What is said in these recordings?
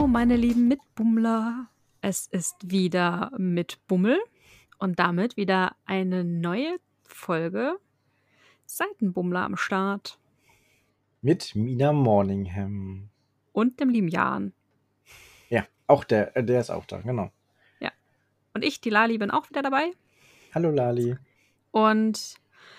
meine lieben Mitbummler. Es ist wieder mit Bummel und damit wieder eine neue Folge Seitenbummler am Start. Mit Mina Morningham. Und dem lieben Jan. Ja, auch der ist auch da, genau. Ja. Und ich, die Lali, bin auch wieder dabei. Hallo Lali. Und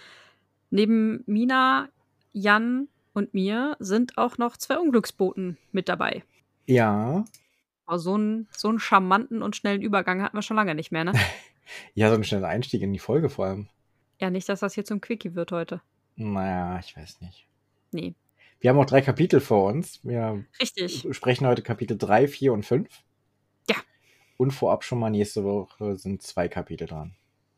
neben Mina, Jan und mir sind auch noch 2 Unglücksboten mit dabei. Ja. Oh, so einen charmanten und schnellen Übergang hatten wir schon lange nicht mehr, ne? Ja, so ein schneller Einstieg in die Folge vor allem. Ja, nicht, dass das hier zum Quickie wird heute. Naja, ich weiß nicht. Nee. Wir haben auch 3 Kapitel vor uns. Wir Richtig. sprechen heute Kapitel 3, 4 und 5. Ja. Und vorab schon mal nächste Woche sind 2 Kapitel dran.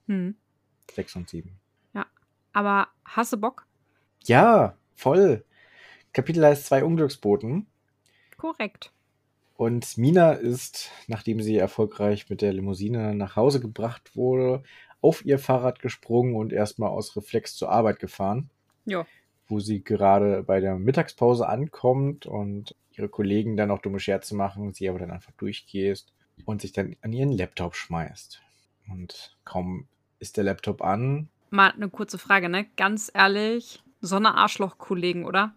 6 und 7. Ja. Aber hast du Bock? Ja, voll. Kapitel heißt 2 Unglücksboten. Korrekt. Und Mina ist, nachdem sie erfolgreich mit der Limousine nach Hause gebracht wurde, auf ihr Fahrrad gesprungen und erstmal aus Reflex zur Arbeit gefahren. Ja. Wo sie gerade bei der Mittagspause ankommt und ihre Kollegen dann auch dumme Scherze machen, sie aber dann einfach durchgehst und sich dann an ihren Laptop schmeißt. Und kaum ist der Laptop an. Mal eine kurze Frage, ne? Ganz ehrlich, so eine Arschloch-Kollegen, oder?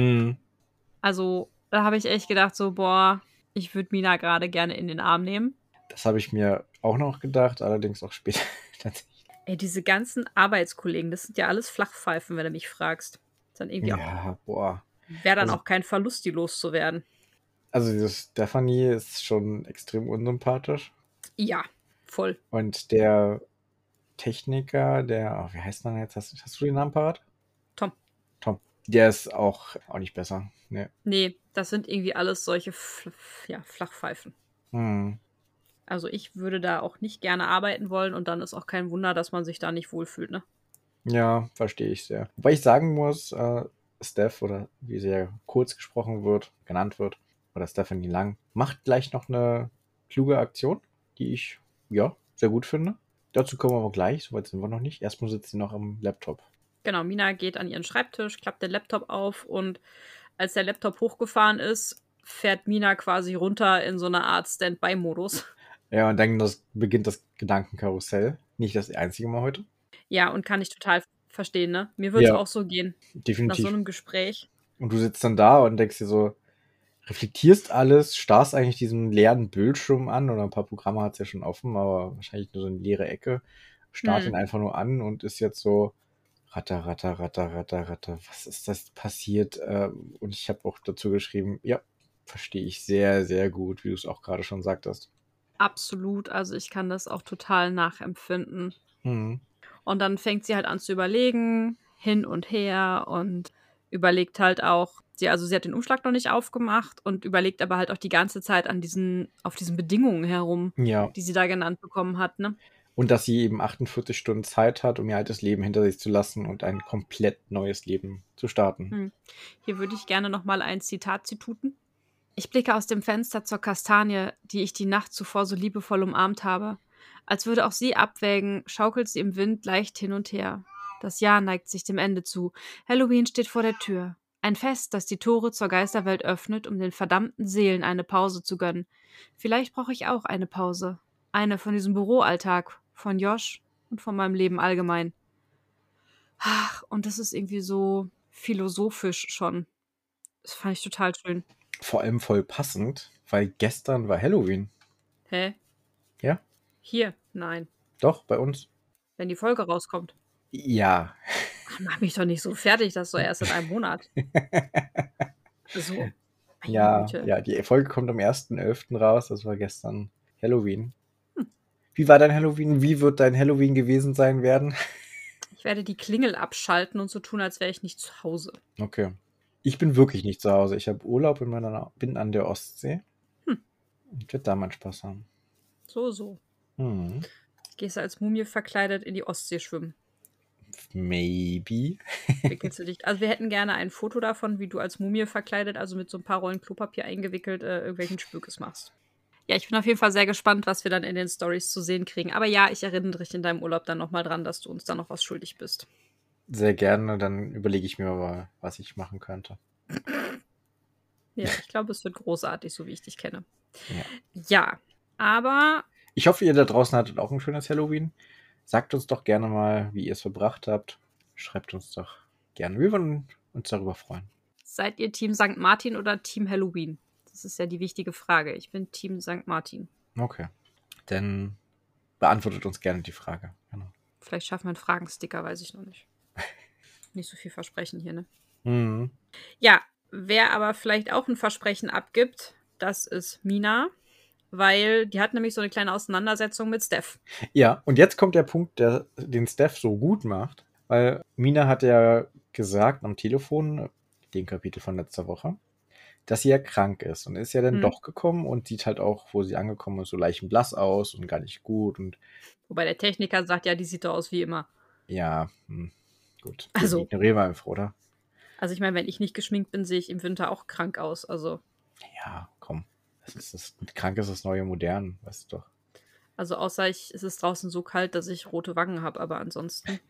Also, da habe ich echt gedacht, so, boah, ich würde Mina gerade gerne in den Arm nehmen. Das habe ich mir auch noch gedacht, allerdings auch später tatsächlich. Ey, diese ganzen Arbeitskollegen, das sind ja alles Flachpfeifen, wenn du mich fragst. Ist dann irgendwie Ja, boah. wäre dann Also- auch kein Verlust, die loszuwerden. Also diese Stephanie ist schon extrem unsympathisch. Ja, voll. Und der Techniker, wie heißt man jetzt? Hast du den Namen parat? Tom. Der ist auch nicht besser. Nee. Nee, das sind irgendwie alles solche Flachpfeifen. Hm. Also ich würde da auch nicht gerne arbeiten wollen und dann ist auch kein Wunder, dass man sich da nicht wohlfühlt, ne? Ja, verstehe ich sehr. Wobei ich sagen muss, Steph, oder wie sie ja kurz genannt wird, oder Stephanie Lang, macht gleich noch eine kluge Aktion, die ich, ja, sehr gut finde. Dazu kommen wir aber gleich, soweit sind wir noch nicht. Erstmal sitzt sie noch am Laptop. Genau, Mina geht an ihren Schreibtisch, klappt den Laptop auf und als der Laptop hochgefahren ist, fährt Mina quasi runter in so eine Art Standby-Modus. Ja, und dann beginnt das Gedankenkarussell. Nicht das einzige Mal heute. Ja, und kann ich total verstehen, ne? Mir würde es Ja, auch so gehen, nach so definitiv. einem Gespräch. Und du sitzt dann da und denkst dir so, reflektierst alles, starrst eigentlich diesen leeren Bildschirm an, oder ein paar Programme hat es ja schon offen, aber wahrscheinlich nur so eine leere Ecke. Starrt ihn einfach nur an und ist jetzt so, ratter, ratter, ratter, ratter, ratter. Was ist das passiert? Und ich habe auch dazu geschrieben, ja, verstehe ich sehr, sehr gut, wie du es auch gerade schon sagtest. Absolut, also ich kann das auch total nachempfinden. Mhm. Und dann fängt sie halt an zu überlegen, hin und her und überlegt halt auch, sie hat den Umschlag noch nicht aufgemacht und überlegt aber halt auch die ganze Zeit auf diesen Bedingungen herum, Ja. die sie da genannt bekommen hat, ne? Und dass sie eben 48 Stunden Zeit hat, um ihr altes Leben hinter sich zu lassen und ein komplett neues Leben zu starten. Hier würde ich gerne noch mal ein Zitat zituten. Ich blicke aus dem Fenster zur Kastanie, die ich die Nacht zuvor so liebevoll umarmt habe. Als würde auch sie abwägen, schaukelt sie im Wind leicht hin und her. Das Jahr neigt sich dem Ende zu. Halloween steht vor der Tür. Ein Fest, das die Tore zur Geisterwelt öffnet, um den verdammten Seelen eine Pause zu gönnen. Vielleicht brauche ich auch eine Pause. Eine von diesem Büroalltag, von Josh und von meinem Leben allgemein. Ach, und das ist irgendwie so philosophisch schon. Das fand ich total schön. Vor allem voll passend, weil gestern war Halloween. Hä? Ja, Hier? Nein. doch, bei uns. Wenn die Folge rauskommt. Ja. Ach, mach mich doch nicht so fertig, das ist doch erst in einem Monat. So. Meine Ja, Güte. ja, die Folge kommt am 1.11. raus, das war gestern Halloween. Wie war dein Halloween? Wie wird dein Halloween gewesen sein werden? Ich werde die Klingel abschalten und so tun, als wäre ich nicht zu Hause. Okay. Ich bin wirklich nicht zu Hause. Ich habe Urlaub bin an der Ostsee. Und werde da meinen Spaß haben. So. Gehst du als Mumie verkleidet in die Ostsee schwimmen? Maybe. Wickelst du dich? Also wir hätten gerne ein Foto davon, wie du als Mumie verkleidet, also mit so ein paar Rollen Klopapier eingewickelt, irgendwelchen Spökes machst. Ja, ich bin auf jeden Fall sehr gespannt, was wir dann in den Stories zu sehen kriegen. Aber ja, ich erinnere dich in deinem Urlaub dann nochmal dran, dass du uns da noch was schuldig bist. Sehr gerne, dann überlege ich mir mal, was ich machen könnte. Ja, ich glaube, es wird großartig, so wie ich dich kenne. Ja. Ja, aber Ich hoffe, ihr da draußen hattet auch ein schönes Halloween. Sagt uns doch gerne mal, wie ihr es verbracht habt. Schreibt uns doch gerne. Wir würden uns darüber freuen. seid ihr Team St. Martin oder Team Halloween? Das ist ja die wichtige Frage. Ich bin Team St. Martin. Okay. Dann beantwortet uns gerne die Frage. Genau. Vielleicht schaffen wir einen Fragensticker, weiß ich noch nicht. Nicht so viel Versprechen hier, ne? Mhm. Ja, wer aber vielleicht auch ein Versprechen abgibt, das ist Mina, weil die hat nämlich so eine kleine Auseinandersetzung mit Steph. Ja, und jetzt kommt der Punkt, den Steph so gut macht, weil Mina hat ja gesagt am Telefon, den Kapitel von letzter Woche, dass sie ja krank ist und ist ja dann doch gekommen und sieht halt auch, wo sie angekommen ist, so leichenblass aus und gar nicht gut und Wobei der Techniker sagt, ja, die sieht doch aus wie immer. ja, gut. Also. Ignorieren wir einfach, oder? Also ich meine, wenn ich nicht geschminkt bin, sehe ich im Winter auch krank aus. Also Ja, komm. Krank ist das neue Modern, weißt du doch. außer es ist draußen so kalt, dass ich rote Wangen habe, aber ansonsten.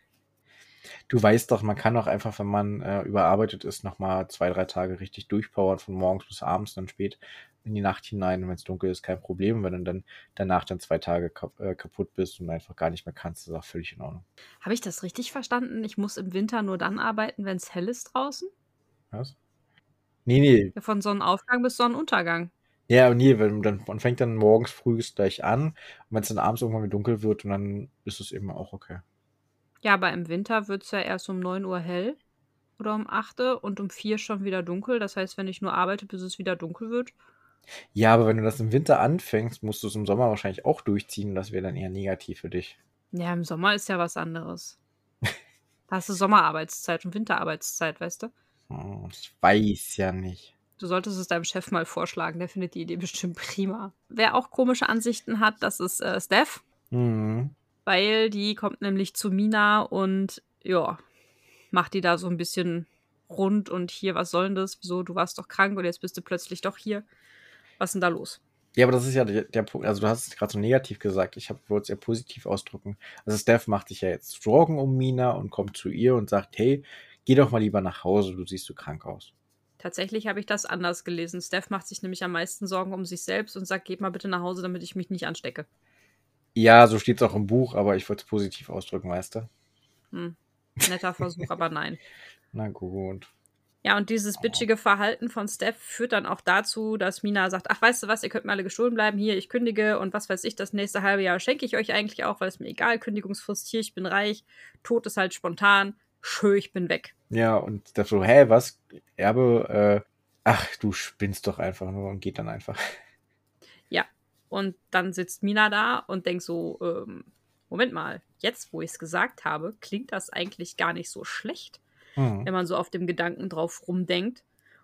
Du weißt doch, man kann auch einfach, wenn man überarbeitet ist, nochmal 2, 3 Tage richtig durchpowern, von morgens bis abends, dann spät in die Nacht hinein. Wenn es dunkel ist, kein Problem. Wenn du dann danach 2 Tage kaputt bist und einfach gar nicht mehr kannst, ist auch völlig in Ordnung. Habe ich das richtig verstanden? Ich muss im Winter nur dann arbeiten, wenn es hell ist draußen? Was? Nee. Ja, von Sonnenaufgang bis Sonnenuntergang. Ja, nee, man fängt dann morgens frühest gleich an und wenn es dann abends irgendwann wieder dunkel wird, und dann ist es eben auch okay. Ja, aber im Winter wird es ja erst um 9 Uhr hell oder um 8 Uhr und um 4 schon wieder dunkel. Das heißt, wenn ich nur arbeite, bis es wieder dunkel wird. Ja, aber wenn du das im Winter anfängst, musst du es im Sommer wahrscheinlich auch durchziehen. Das wäre dann eher negativ für dich. Ja, im Sommer ist ja was anderes. Da hast du Sommerarbeitszeit und Winterarbeitszeit, weißt du? Ich weiß ja nicht. Du solltest es deinem Chef mal vorschlagen, der findet die Idee bestimmt prima. Wer auch komische Ansichten hat, das ist Steph, Mhm. weil die kommt nämlich zu Mina und ja, macht die da so ein bisschen rund und hier, was soll denn das? Wieso, du warst doch krank und jetzt bist du plötzlich doch hier. Was ist denn da los? Ja, aber das ist ja der Punkt. Also, du hast es gerade so negativ gesagt. Ich wollte es ja positiv ausdrücken. Also, Steph macht sich ja jetzt Sorgen um Mina und kommt zu ihr und sagt: Hey, geh doch mal lieber nach Hause, du siehst so krank aus. Tatsächlich habe ich das anders gelesen. Steph macht sich nämlich am meisten Sorgen um sich selbst und sagt, geht mal bitte nach Hause, damit ich mich nicht anstecke. Ja, so steht es auch im Buch, aber ich wollte es positiv ausdrücken, weißt du? Netter Versuch, aber nein. Na gut. Ja, und dieses bitchige Verhalten von Steph führt dann auch dazu, dass Mina sagt, ach, weißt du was, ihr könnt mir alle gestohlen bleiben, hier, ich kündige und was weiß ich, das nächste halbe Jahr schenke ich euch eigentlich auch, weil es mir egal, Kündigungsfrist hier, ich bin reich, Tod ist halt spontan, schön, ich bin weg. Ja, und Steph so: Hä, was? Erbe? Ach, du spinnst doch einfach nur und geht dann einfach. Ja, und dann sitzt Mina da und denkt so, Moment mal, jetzt, wo ich es gesagt habe, klingt das eigentlich gar nicht so schlecht, Mhm. wenn man so auf dem Gedanken drauf rumdenkt.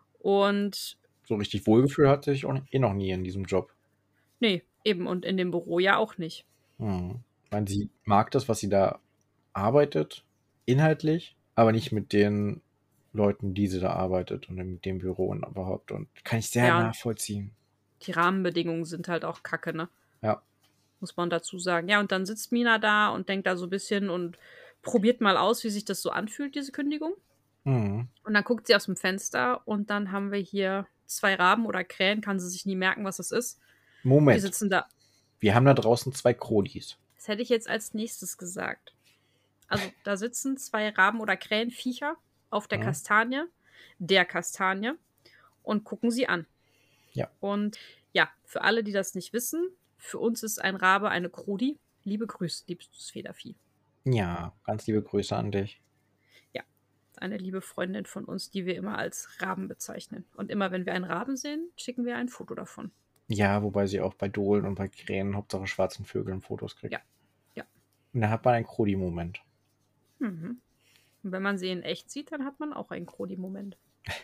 Und So richtig Wohlgefühl hatte ich auch noch nie in diesem Job. nee, eben, und in dem Büro ja auch nicht. Mhm. Ich meine, sie mag das, was sie da arbeitet, inhaltlich, aber nicht mit den Leuten, die sie da arbeitet und mit dem Büro und überhaupt. Und kann ich sehr Ja, und nachvollziehen. die Rahmenbedingungen sind halt auch kacke, ne? Ja. Muss man dazu sagen. Ja, und dann sitzt Mina da und denkt da so ein bisschen und probiert mal aus, wie sich das so anfühlt, diese Kündigung. Mhm. Und dann guckt sie aus dem Fenster und dann haben wir hier 2 Raben oder Krähen, kann sie sich nie merken, was das ist. Die Moment. sitzen da. Wir haben da draußen 2 Krolis. Das hätte ich jetzt als nächstes gesagt. Also, da sitzen 2 Raben oder Krähenviecher auf der Mhm. Kastanie, der Kastanie, und gucken sie an. Ja. Und ja, für alle, die das nicht wissen, für uns ist ein Rabe eine Krodi. Liebe Grüße, liebstes Federvieh. Ja, ganz liebe Grüße an dich. Ja, eine liebe Freundin von uns, die wir immer als Raben bezeichnen. Und immer, wenn wir einen Raben sehen, schicken wir ein Foto davon. Ja, wobei sie auch bei Dohlen und bei Krähen, Hauptsache schwarzen Vögeln, Fotos kriegt. Ja. Und da hat man einen Krodi-Moment. Mhm. Und wenn man sie in echt sieht, dann hat man auch einen Krodi-Moment.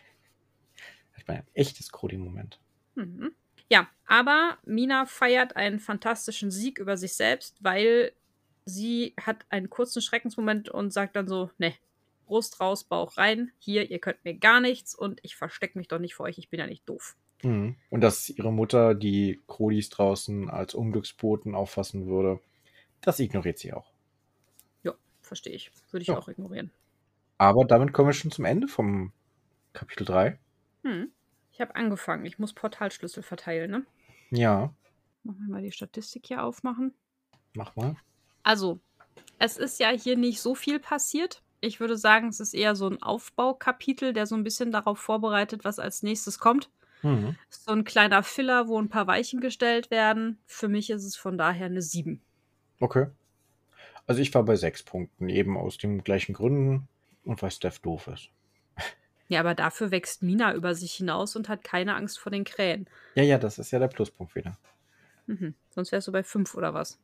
Hat man ein echtes Krodi-Moment. Mhm. Ja, aber Mina feiert einen fantastischen Sieg über sich selbst, weil sie hat einen kurzen Schreckensmoment und sagt dann so, ne, Brust raus, Bauch rein, hier, ihr könnt mir gar nichts und ich verstecke mich doch nicht vor euch, ich bin ja nicht doof. Mhm. Und dass ihre Mutter die Krodis draußen als Unglücksboten auffassen würde, das ignoriert sie auch. Ja, verstehe ich. Würde ich Ja. auch ignorieren. Aber damit kommen wir schon zum Ende vom Kapitel 3. Hm. Ich habe angefangen. Ich muss Portalschlüssel verteilen, ne? Ja, Machen wir mal die Statistik hier aufmachen. mach mal. Also, es ist ja hier nicht so viel passiert. Ich würde sagen, es ist eher so ein Aufbaukapitel, der so ein bisschen darauf vorbereitet, was als nächstes kommt. Mhm. So ein kleiner Filler, wo ein paar Weichen gestellt werden. Für mich ist es von daher eine 7. Okay. Also ich war bei 6 Punkten, eben aus den gleichen Gründen und weil Steph doof ist. Ja, aber dafür wächst Mina über sich hinaus und hat keine Angst vor den Krähen. Ja, das ist ja der Pluspunkt wieder. Mhm. Sonst wärst du bei 5 oder was?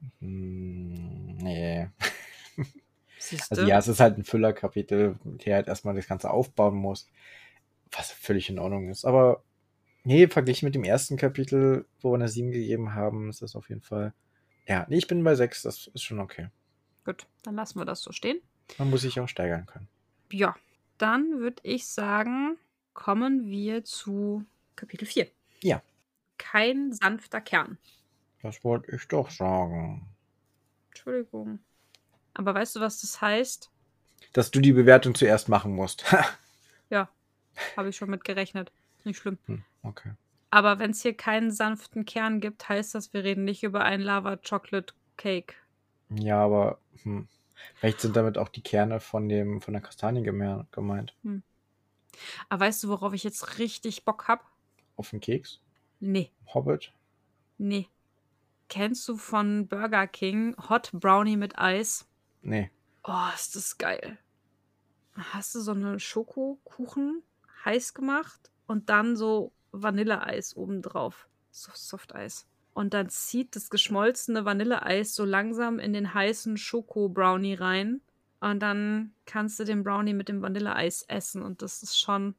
Nee. Siehst Also du? ja, es ist halt ein Füllerkapitel, der halt erstmal das Ganze aufbauen muss, was völlig in Ordnung ist. Aber nee, verglichen mit dem ersten Kapitel, wo wir eine 7 gegeben haben, ist das auf jeden Fall. Ja, nee, ich bin bei 6, das ist schon okay. Gut, dann lassen wir das so stehen. Man muss sich auch steigern können. Ja, dann würde ich sagen, kommen wir zu Kapitel 4. Ja, Kein sanfter Kern. das wollte ich doch sagen. Entschuldigung. Aber weißt du, was das heißt? Dass du die Bewertung zuerst machen musst. Ja, habe ich schon mit gerechnet. Ist nicht schlimm. Okay. Aber wenn es hier keinen sanften Kern gibt, heißt das, wir reden nicht über einen Lava Chocolate Cake. Ja, aber vielleicht sind damit auch die Kerne von der Kastanie gemeint. Aber weißt du, worauf ich jetzt richtig Bock hab? Auf den Keks? Nee, Hobbit? nee. Kennst du von Burger King Hot Brownie mit Eis? Nee. Oh, ist das geil. Hast du so eine Schokokuchen heiß gemacht und dann so Vanilleeis obendrauf. So Softeis. Und dann zieht das geschmolzene Vanilleeis so langsam in den heißen Schoko-Brownie rein. Und dann kannst du den Brownie mit dem Vanilleeis essen. Und das ist schon,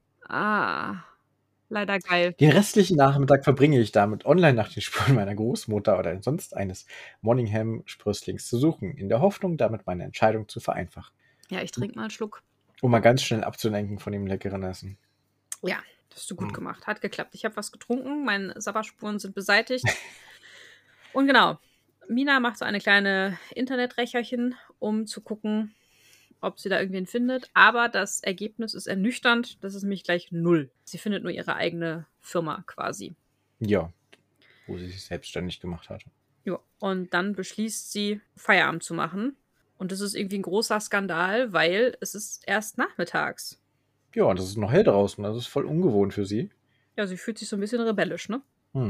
leider geil. Den restlichen Nachmittag verbringe ich damit, online nach den Spuren meiner Großmutter oder sonst eines Morningham-Sprösslings zu suchen, in der Hoffnung, damit meine Entscheidung zu vereinfachen. Ja, ich trinke mal einen Schluck. Um mal ganz schnell abzulenken von dem leckeren Essen. Ja, das hast du gut gemacht. Hat geklappt. Ich habe was getrunken. Meine Sabberspuren sind beseitigt. Und genau, Mina macht so eine kleine Internetrecherchen, um zu gucken, ob sie da irgendwen findet. Aber das Ergebnis ist ernüchternd. Das ist nämlich gleich 0. Sie findet nur ihre eigene Firma quasi. Ja, wo sie sich selbstständig gemacht hat. Ja, und dann beschließt sie, Feierabend zu machen. Und das ist irgendwie ein großer Skandal, weil es ist erst nachmittags. Ja, und es ist noch hell draußen, das ist voll ungewohnt für sie. Ja, sie fühlt sich so ein bisschen rebellisch, ne?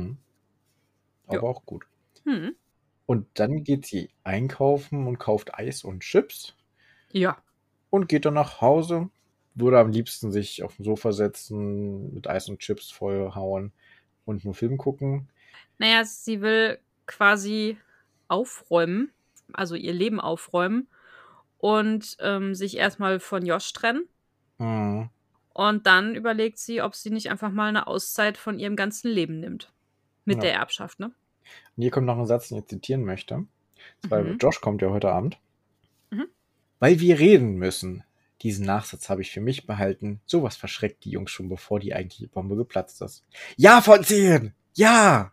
Aber Ja. auch gut. Hm. Und dann geht sie einkaufen und kauft Eis und Chips Ja. und geht dann nach Hause. Würde am liebsten sich auf dem Sofa setzen, mit Eis und Chips vollhauen und nur Film gucken. Naja, sie will quasi aufräumen, also ihr Leben aufräumen und sich erstmal von Josh trennen. Und dann überlegt sie, ob sie nicht einfach mal eine Auszeit von ihrem ganzen Leben nimmt. Mit der Erbschaft, ne? Und hier kommt noch ein Satz, den ich zitieren möchte. Weil Josh kommt ja heute Abend. Weil wir reden müssen. Diesen Nachsatz habe ich für mich behalten. Sowas verschreckt die Jungs schon, bevor die eigentliche Bombe geplatzt ist. Ja, von 10! Ja!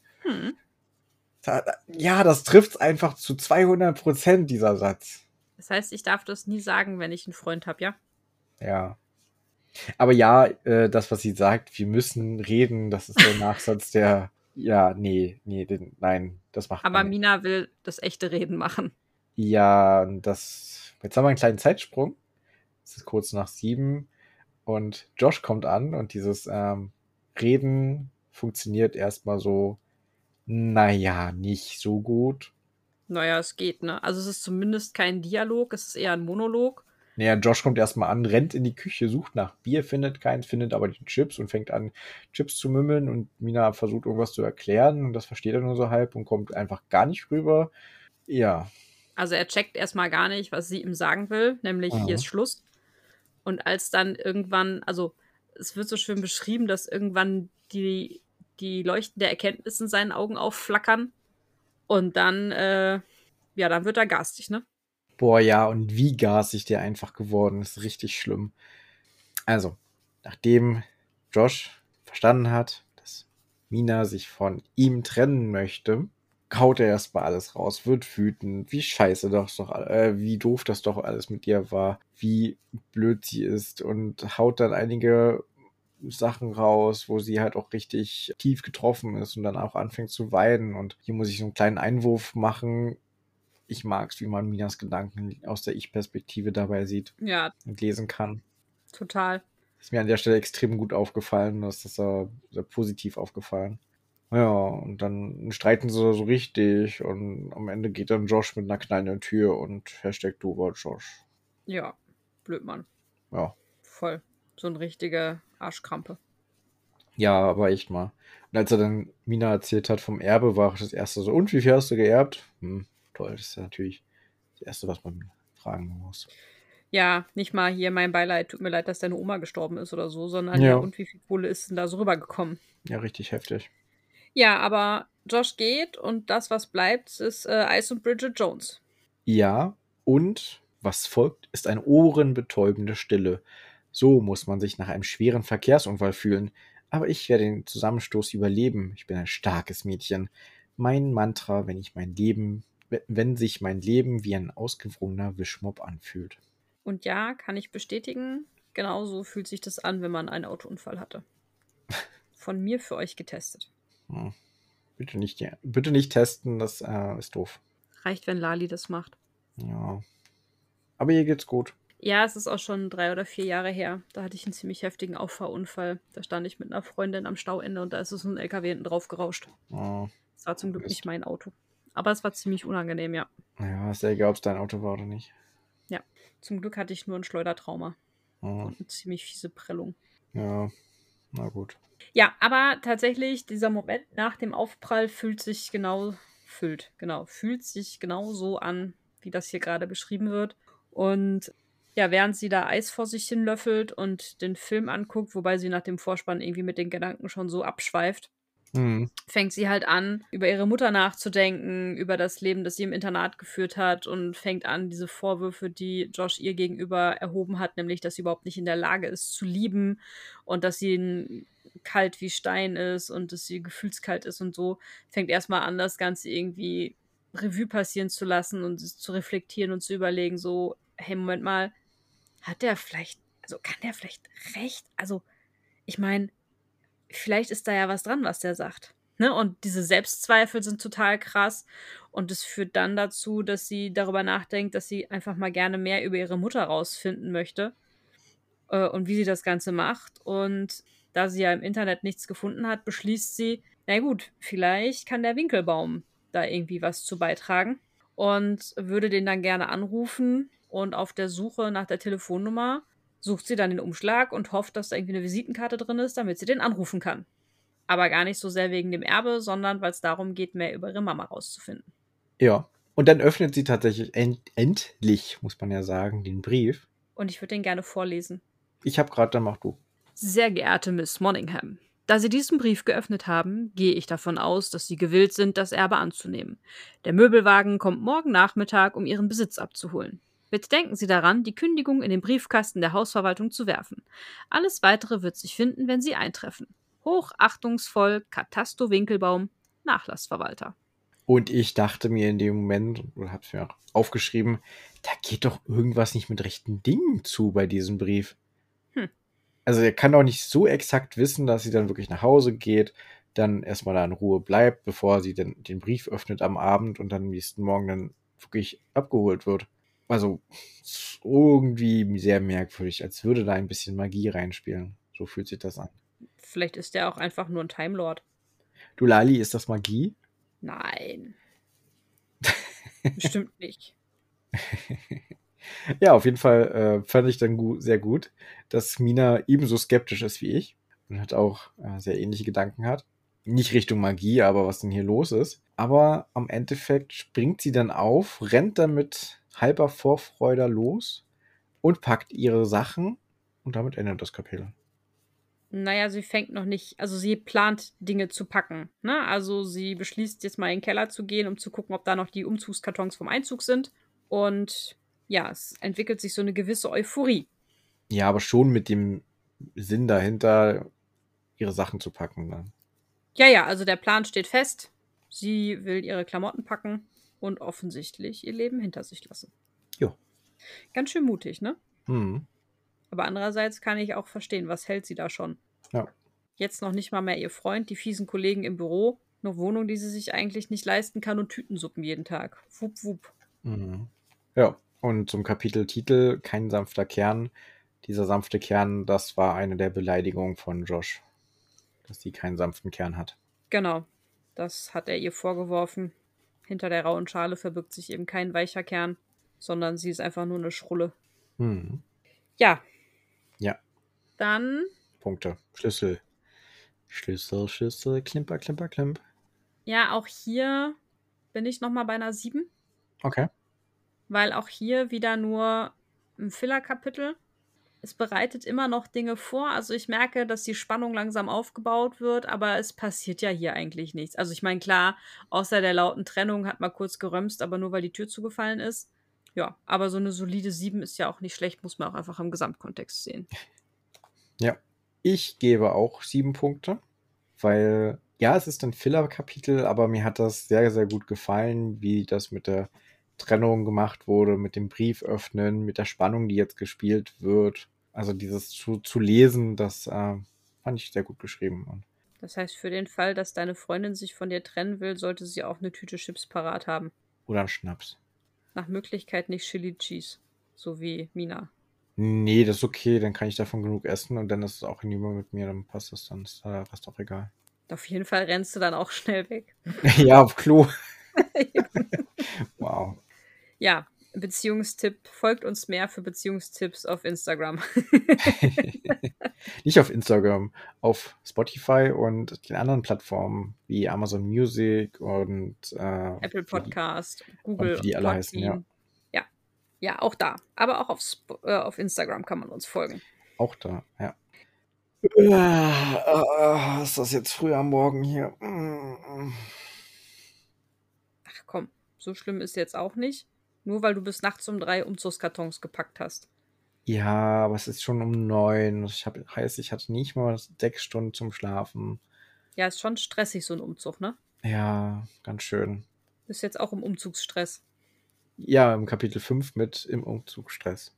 Ja, das trifft einfach zu 200%, dieser Satz. Das heißt, ich darf das nie sagen, wenn ich einen Freund habe, ja? Ja. Aber ja, das, was sie sagt, wir müssen reden, das ist der Nachsatz, der, ja, nein, das macht Aber man nicht. Mina will das echte Reden machen. Ja, jetzt haben wir einen kleinen Zeitsprung. Es ist kurz nach 7 und Josh kommt an und dieses Reden funktioniert erstmal so, naja, nicht so gut. Naja, es geht, ne? Also es ist zumindest kein Dialog, es ist eher ein Monolog. Naja, Josh kommt erstmal an, rennt in die Küche, sucht nach Bier, findet keins, findet aber die Chips und fängt an, Chips zu mümmeln und Mina versucht irgendwas zu erklären und das versteht er nur so halb und kommt einfach gar nicht rüber. Ja. Also er checkt erstmal gar nicht, was sie ihm sagen will, nämlich hier ist Schluss. Und als dann irgendwann, also es wird so schön beschrieben, dass irgendwann die Leuchten der Erkenntnis in seinen Augen aufflackern und dann, dann wird er garstig, ne? Boah, ja, und wie gasig der einfach geworden ist. Richtig schlimm. Also, nachdem Josh verstanden hat, dass Mina sich von ihm trennen möchte, haut er erstmal alles raus, wird wütend, wie scheiße wie doof das doch alles mit ihr war, wie blöd sie ist und haut dann einige Sachen raus, wo sie halt auch richtig tief getroffen ist und dann auch anfängt zu weinen. Und hier muss ich so einen kleinen Einwurf machen. Ich mag es, wie man Minas Gedanken aus der Ich-Perspektive dabei sieht Ja, und lesen kann. total. Ist mir an der Stelle extrem gut aufgefallen. Das ist sehr positiv aufgefallen. Ja, und dann streiten sie so richtig und am Ende geht dann Josh mit einer knallenden Tür und Hashtag du war Josh. Ja, Blödmann. Ja. Voll. So ein richtiger Arschkrampe. Ja, aber echt mal. Und als er dann Mina erzählt hat vom Erbe, war das erste so, und wie viel hast du geerbt? Toll, das ist ja natürlich das Erste, was man fragen muss. Ja, nicht mal hier mein Beileid, tut mir leid, dass deine Oma gestorben ist oder so, sondern ja, Ja, und wie viel Kohle ist denn da so rübergekommen? ja, richtig heftig. Ja, aber Josh geht und das, was bleibt, ist Ice und Bridget Jones. Ja, und was folgt, ist eine ohrenbetäubende Stille. So muss man sich nach einem schweren Verkehrsunfall fühlen. Aber ich werde den Zusammenstoß überleben. Ich bin ein starkes Mädchen. Mein Mantra, wenn sich mein Leben wie ein ausgewrungener Wischmopp anfühlt. Und ja, kann ich bestätigen, genauso fühlt sich das an, wenn man einen Autounfall hatte. Von mir für euch getestet. Hm. Bitte nicht testen, das ist doof. Reicht, wenn Lali das macht. Ja. Aber ihr geht's gut. Ja, es ist auch schon 3 oder 4 Jahre her. Da hatte ich einen ziemlich heftigen Auffahrunfall. Da stand ich mit einer Freundin am Stauende und da ist so ein LKW hinten drauf gerauscht. Oh, Es war zum Glück Mist. nicht mein Auto. Aber es war ziemlich unangenehm, ja. Ja, ist ja egal, ob es dein Auto war oder nicht. Ja. Zum Glück hatte ich nur ein Schleudertrauma Oh, und eine ziemlich fiese Prellung. ja, na gut. Ja, aber tatsächlich, dieser Moment nach dem Aufprall fühlt sich genau so an, wie das hier gerade beschrieben wird. Und ja, während sie da Eis vor sich hin löffelt und den Film anguckt, wobei sie nach dem Vorspann irgendwie mit den Gedanken schon so abschweift, Hm. fängt sie halt an, über ihre Mutter nachzudenken, über das Leben, das sie im Internat geführt hat und fängt an, diese Vorwürfe, die Josh ihr gegenüber erhoben hat, nämlich, dass sie überhaupt nicht in der Lage ist zu lieben und dass sie kalt wie Stein ist und dass sie gefühlskalt ist und so, fängt erstmal an, das Ganze irgendwie Revue passieren zu lassen und es zu reflektieren und zu überlegen, so, hey, Moment mal, kann der vielleicht recht? Also, ich meine, vielleicht ist da ja was dran, was der sagt. Ne? Und diese Selbstzweifel sind total krass. Und es führt dann dazu, dass sie darüber nachdenkt, dass sie einfach mal gerne mehr über ihre Mutter rausfinden möchte und wie sie das Ganze macht. Und da sie ja im Internet nichts gefunden hat, beschließt sie, na gut, vielleicht kann der Winkelbaum da irgendwie was zu beitragen und würde den dann gerne anrufen. Und auf der Suche nach der Telefonnummer sucht sie dann den Umschlag und hofft, dass da irgendwie eine Visitenkarte drin ist, damit sie den anrufen kann. Aber gar nicht so sehr wegen dem Erbe, sondern weil es darum geht, mehr über ihre Mama rauszufinden. Ja. Und dann öffnet sie tatsächlich endlich, muss man ja sagen, den Brief. Und ich würde den gerne vorlesen. Ich habe gerade, dann mach du. Sehr geehrte Miss Monningham, da Sie diesen Brief geöffnet haben, gehe ich davon aus, dass Sie gewillt sind, das Erbe anzunehmen. Der Möbelwagen kommt morgen Nachmittag, um Ihren Besitz abzuholen. Bitte denken Sie daran, die Kündigung in den Briefkasten der Hausverwaltung zu werfen. Alles Weitere wird sich finden, wenn Sie eintreffen. Hochachtungsvoll, Katasto Winkelbaum, Nachlassverwalter. Und ich dachte mir in dem Moment, oder hab's mir auch aufgeschrieben, da geht doch irgendwas nicht mit rechten Dingen zu bei diesem Brief. Hm. Also er kann doch nicht so exakt wissen, dass sie dann wirklich nach Hause geht, dann erstmal da in Ruhe bleibt, bevor sie dann den Brief öffnet am Abend und dann am nächsten Morgen dann wirklich abgeholt wird. Also irgendwie sehr merkwürdig, als würde da ein bisschen Magie reinspielen. So fühlt sich das an. Vielleicht ist der auch einfach nur ein Time Lord. Du Lali, ist das Magie? Nein. Bestimmt nicht. Ja, auf jeden Fall fand ich dann sehr gut, dass Mina ebenso skeptisch ist wie ich und hat auch sehr ähnliche Gedanken hat. Nicht Richtung Magie, aber was denn hier los ist. Aber am Endeffekt springt sie dann auf, rennt dann mit halber Vorfreude los und packt ihre Sachen und damit endet das Kapitel. Naja, sie fängt noch nicht, also sie plant Dinge zu packen. Ne? Also sie beschließt jetzt mal in den Keller zu gehen, um zu gucken, ob da noch die Umzugskartons vom Einzug sind. Und ja, es entwickelt sich so eine gewisse Euphorie. Ja, aber schon mit dem Sinn dahinter, ihre Sachen zu packen. Ne? Ja, ja, also der Plan steht fest. Sie will ihre Klamotten packen und offensichtlich ihr Leben hinter sich lassen. Jo. Ganz schön mutig, ne? Hm. Aber andererseits kann ich auch verstehen, was hält sie da schon? Ja. Jetzt noch nicht mal mehr ihr Freund, die fiesen Kollegen im Büro, eine Wohnung, die sie sich eigentlich nicht leisten kann und Tütensuppen jeden Tag. Wupp, wupp. Mhm. Ja, und zum Kapiteltitel Kein sanfter Kern. Dieser sanfte Kern, das war eine der Beleidigungen von Josh, dass sie keinen sanften Kern hat. Genau, das hat er ihr vorgeworfen. Hinter der rauen Schale verbirgt sich eben kein weicher Kern, sondern sie ist einfach nur eine Schrulle. Mhm. Ja, Ja, dann, Punkte. Schlüssel. Schlüssel, Schlüssel, Klimper, Klimper, Klimp. ja, auch hier bin ich nochmal bei einer 7, Okay. weil auch hier wieder nur ein Filler-Kapitel. Es bereitet immer noch Dinge vor. Also ich merke, dass die Spannung langsam aufgebaut wird, aber es passiert ja hier eigentlich nichts. Also ich meine, klar, außer der lauten Trennung hat mal kurz gerömst, aber nur weil die Tür zugefallen ist. Ja, aber so eine solide 7 ist ja auch nicht schlecht, muss man auch einfach im Gesamtkontext sehen. Ja. Ich gebe auch 7 Punkte, weil, ja, es ist ein Filler-Kapitel, aber mir hat das sehr, sehr gut gefallen, wie das mit der Trennung gemacht wurde, mit dem Brief öffnen, mit der Spannung, die jetzt gespielt wird. Also dieses zu lesen, das fand ich sehr gut geschrieben. Und Das heißt, für den Fall, dass deine Freundin sich von dir trennen will, sollte sie auch eine Tüte Chips parat haben. oder ein Schnaps. Nach Möglichkeit nicht Chili Cheese, so wie Mina. Nee, das ist okay, dann kann ich davon genug essen und dann ist es auch hinüber mit mir, dann passt das, dann ist der Rest auch egal. Auf jeden Fall rennst du dann auch schnell weg. Ja, auf Klo. Wow. Ja, Beziehungstipp. Folgt uns mehr für Beziehungstipps auf Instagram. Nicht auf Instagram, auf Spotify und den anderen Plattformen wie Amazon Music und Apple Podcast, wie Google die und alle heißen, ja. Podbean. Ja, ja, auch da. Aber auch auf Instagram kann man uns folgen. Auch da, ja. Ist das jetzt früh am Morgen hier? Ach komm, so schlimm ist jetzt auch nicht. Nur weil du bis nachts um 3 Umzugskartons gepackt hast. Ja, aber es ist schon um 9. Heißt, ich hatte nicht mal 6 Stunden zum Schlafen. Ja, ist schon stressig, so ein Umzug, ne? Ja, ganz schön. Bist jetzt auch im Umzugsstress. Ja, im Kapitel 5 mit im Umzugsstress.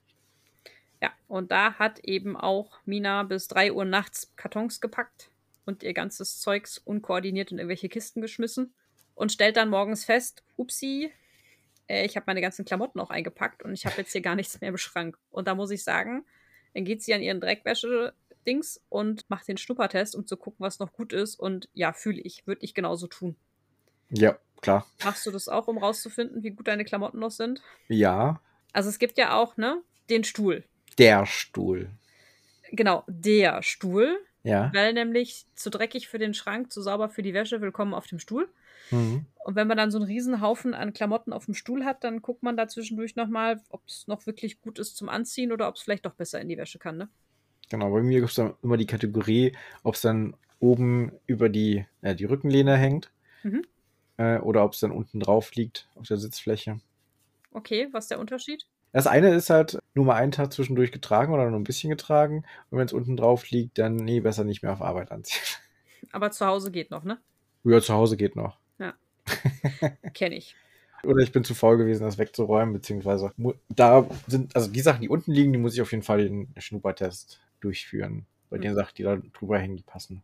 Ja, und da hat eben auch Mina bis 3 Uhr nachts Kartons gepackt und ihr ganzes Zeugs unkoordiniert in irgendwelche Kisten geschmissen und stellt dann morgens fest, upsi, ich habe meine ganzen Klamotten auch eingepackt und ich habe jetzt hier gar nichts mehr im Schrank. Und da muss ich sagen, dann geht sie an ihren Dreckwäsche-Dings und macht den Schnuppertest, um zu gucken, was noch gut ist. Und ja, fühle ich, würde ich genauso tun. Ja, klar. Machst du das auch, um rauszufinden, wie gut deine Klamotten noch sind? Ja, Also es gibt ja auch, ne, den Stuhl. der Stuhl. Genau, der Stuhl. Ja. Weil nämlich zu dreckig für den Schrank, zu sauber für die Wäsche, willkommen auf dem Stuhl. Mhm. Und wenn man dann so einen riesen Haufen an Klamotten auf dem Stuhl hat, dann guckt man da zwischendurch nochmal, ob es noch wirklich gut ist zum Anziehen oder ob es vielleicht doch besser in die Wäsche kann, ne? Genau, bei mir gibt es dann immer die Kategorie, ob es dann oben über die Rückenlehne hängt Mhm. oder ob es dann unten drauf liegt auf der Sitzfläche. Okay, was ist der Unterschied? Das eine ist halt nur mal einen Tag zwischendurch getragen oder nur ein bisschen getragen. Und wenn es unten drauf liegt, dann nee, besser nicht mehr auf Arbeit anziehen. Aber zu Hause geht noch, ne? Ja, zu Hause geht noch. Ja. Kenne ich. Oder ich bin zu faul gewesen, das wegzuräumen, beziehungsweise da sind, also die Sachen, die unten liegen, die muss ich auf jeden Fall den Schnuppertest durchführen. Bei den Sachen, die da drüber hängen, die passen.